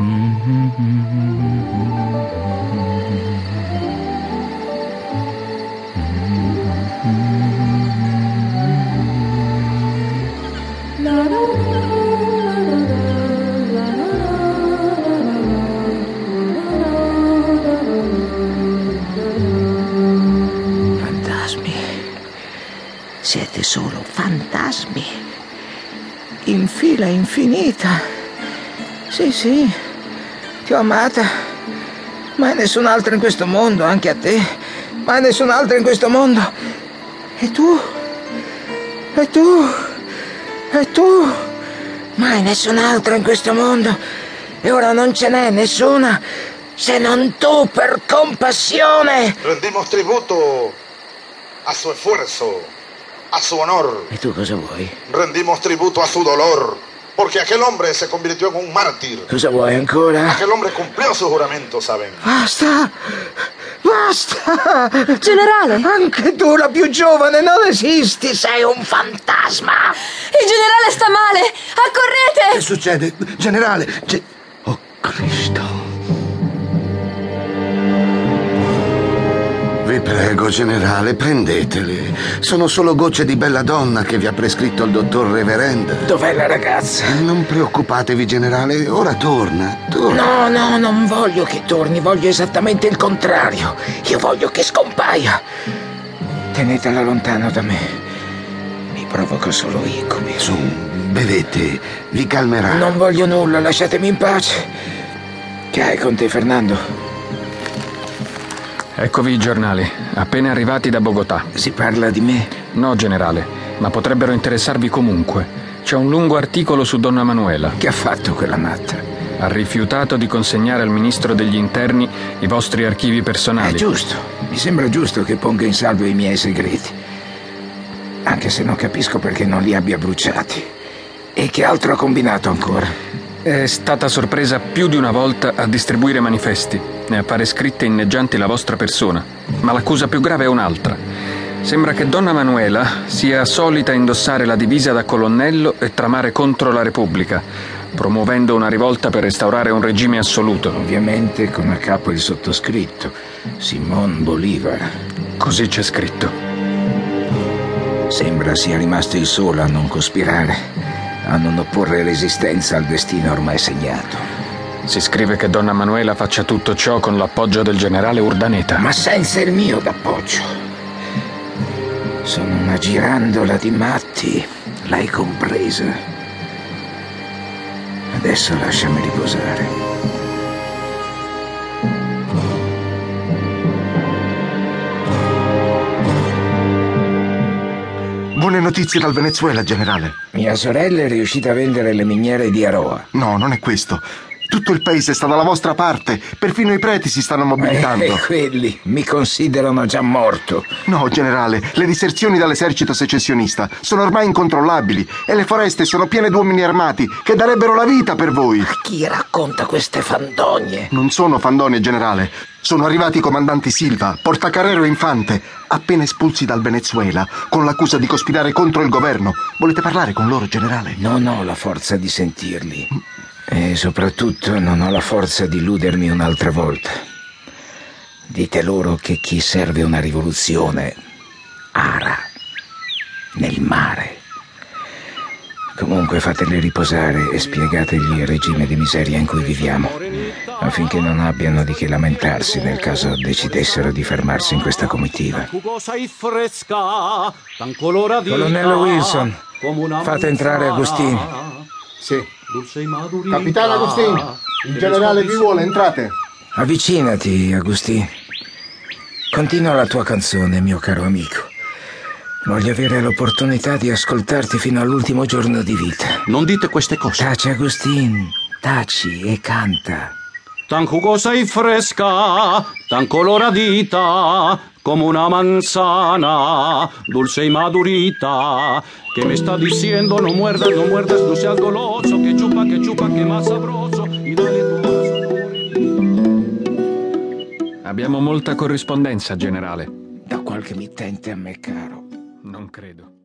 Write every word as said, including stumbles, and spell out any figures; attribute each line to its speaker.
Speaker 1: Fantasmi. Siete solo fantasmi. In fila infinita. Sì, sì. Ti ho amata. Mai nessun altro in questo mondo, anche a te. Mai nessun altro in questo mondo. E tu? E tu? E tu? Mai nessun altro in questo mondo. E ora non ce n'è nessuna se non tu, per compassione.
Speaker 2: Rendimos tributo a su esfuerzo, a su honor.
Speaker 1: E tu cosa vuoi?
Speaker 2: Rendimos tributo a su dolor, porque aquel hombre se convirtió en un mártir.
Speaker 1: Cosa vuoi ancora?
Speaker 2: Aquel hombre cumplió su juramento, ¿saben?
Speaker 1: Basta! Basta!
Speaker 3: Generale!
Speaker 1: Anche tu, la più giovane, non esisti, sei un fantasma!
Speaker 3: Il generale sta male! Accorrete!
Speaker 4: Che succede? Generale! Ge- oh, Cristo! Vi prego, generale, prendeteli. Sono solo gocce di bella donna che vi ha prescritto il dottor Reverend.
Speaker 1: Dov'è la ragazza?
Speaker 4: Non preoccupatevi, generale, ora torna. torna.
Speaker 1: No, no, non voglio che torni, voglio esattamente il contrario. Io voglio che scompaia. Tenetela lontano da me. Mi provoco solo incubi.
Speaker 4: Su, bevete, vi calmerà.
Speaker 1: Non voglio nulla, lasciatemi in pace. Che hai con te, Fernando?
Speaker 5: Eccovi i giornali, appena arrivati da Bogotà.
Speaker 1: Si parla di me?
Speaker 5: No, generale, ma potrebbero interessarvi comunque. C'è un lungo articolo su Donna Manuela.
Speaker 1: Che ha fatto quella matta?
Speaker 5: Ha rifiutato di consegnare al ministro degli interni i vostri archivi personali.
Speaker 1: È giusto, mi sembra giusto che ponga in salvo i miei segreti. Anche se non capisco perché non li abbia bruciati. E che altro ha combinato ancora?
Speaker 5: È stata sorpresa più di una volta a distribuire manifesti. Ne appare scritta inneggianti la vostra persona. Ma l'accusa più grave è un'altra. Sembra che Donna Manuela sia solita indossare la divisa da colonnello e tramare contro la Repubblica, promuovendo una rivolta per restaurare un regime assoluto.
Speaker 1: Ovviamente con a capo il sottoscritto, Simón Bolívar.
Speaker 5: Così c'è scritto.
Speaker 1: Sembra sia rimasto il solo a non cospirare, a non opporre resistenza al destino ormai segnato.
Speaker 5: Si scrive che Donna Manuela faccia tutto ciò con l'appoggio del generale Urdaneta.
Speaker 1: Ma senza il mio d'appoggio. Sono una girandola di matti, l'hai compresa. Adesso lasciami riposare.
Speaker 4: Buone notizie dal Venezuela, generale.
Speaker 1: Mia sorella è riuscita a vendere le miniere di Aroa.
Speaker 4: No, non è questo. Tutto il paese sta dalla vostra parte. Perfino i preti si stanno mobilitando.
Speaker 1: E quelli mi considerano già morto.
Speaker 4: No, generale, le diserzioni dall'esercito secessionista sono ormai incontrollabili e le foreste sono piene di uomini armati che darebbero la vita per voi.
Speaker 1: Ma chi racconta queste fandonie?
Speaker 4: Non sono fandonie, generale. Sono arrivati i comandanti Silva, Portacarrero e Infante, appena espulsi dal Venezuela, con l'accusa di cospirare contro il governo. Volete parlare con loro, generale?
Speaker 1: Non ho la forza di sentirli. E soprattutto non ho la forza di illudermi un'altra volta. Dite loro che chi serve una rivoluzione ara nel mare. Comunque fateli riposare e spiegategli il regime di miseria in cui viviamo, affinché non abbiano di che lamentarsi nel caso decidessero di fermarsi in questa comitiva. Colonnello Wilson, fate entrare Agustin.
Speaker 4: Sì. Capitano Agustin, il generale vi vuole, entrate.
Speaker 1: Avvicinati, Agustin. Continua la tua canzone, mio caro amico. Voglio avere l'opportunità di ascoltarti fino all'ultimo giorno di vita.
Speaker 6: Non dite queste cose.
Speaker 1: Taci, Agustin, taci e canta.
Speaker 6: Tan jugosa y fresca, tan coloradita, como una manzana, dulce y madurita, que me está diciendo no muerdas, no muerdas, no seas goloso, que chupa, que chupa, que más sabroso, y dale tu corazón.
Speaker 5: Abbiamo molta corrispondenza, generale.
Speaker 1: Da qualche mittente a me caro.
Speaker 5: Non credo.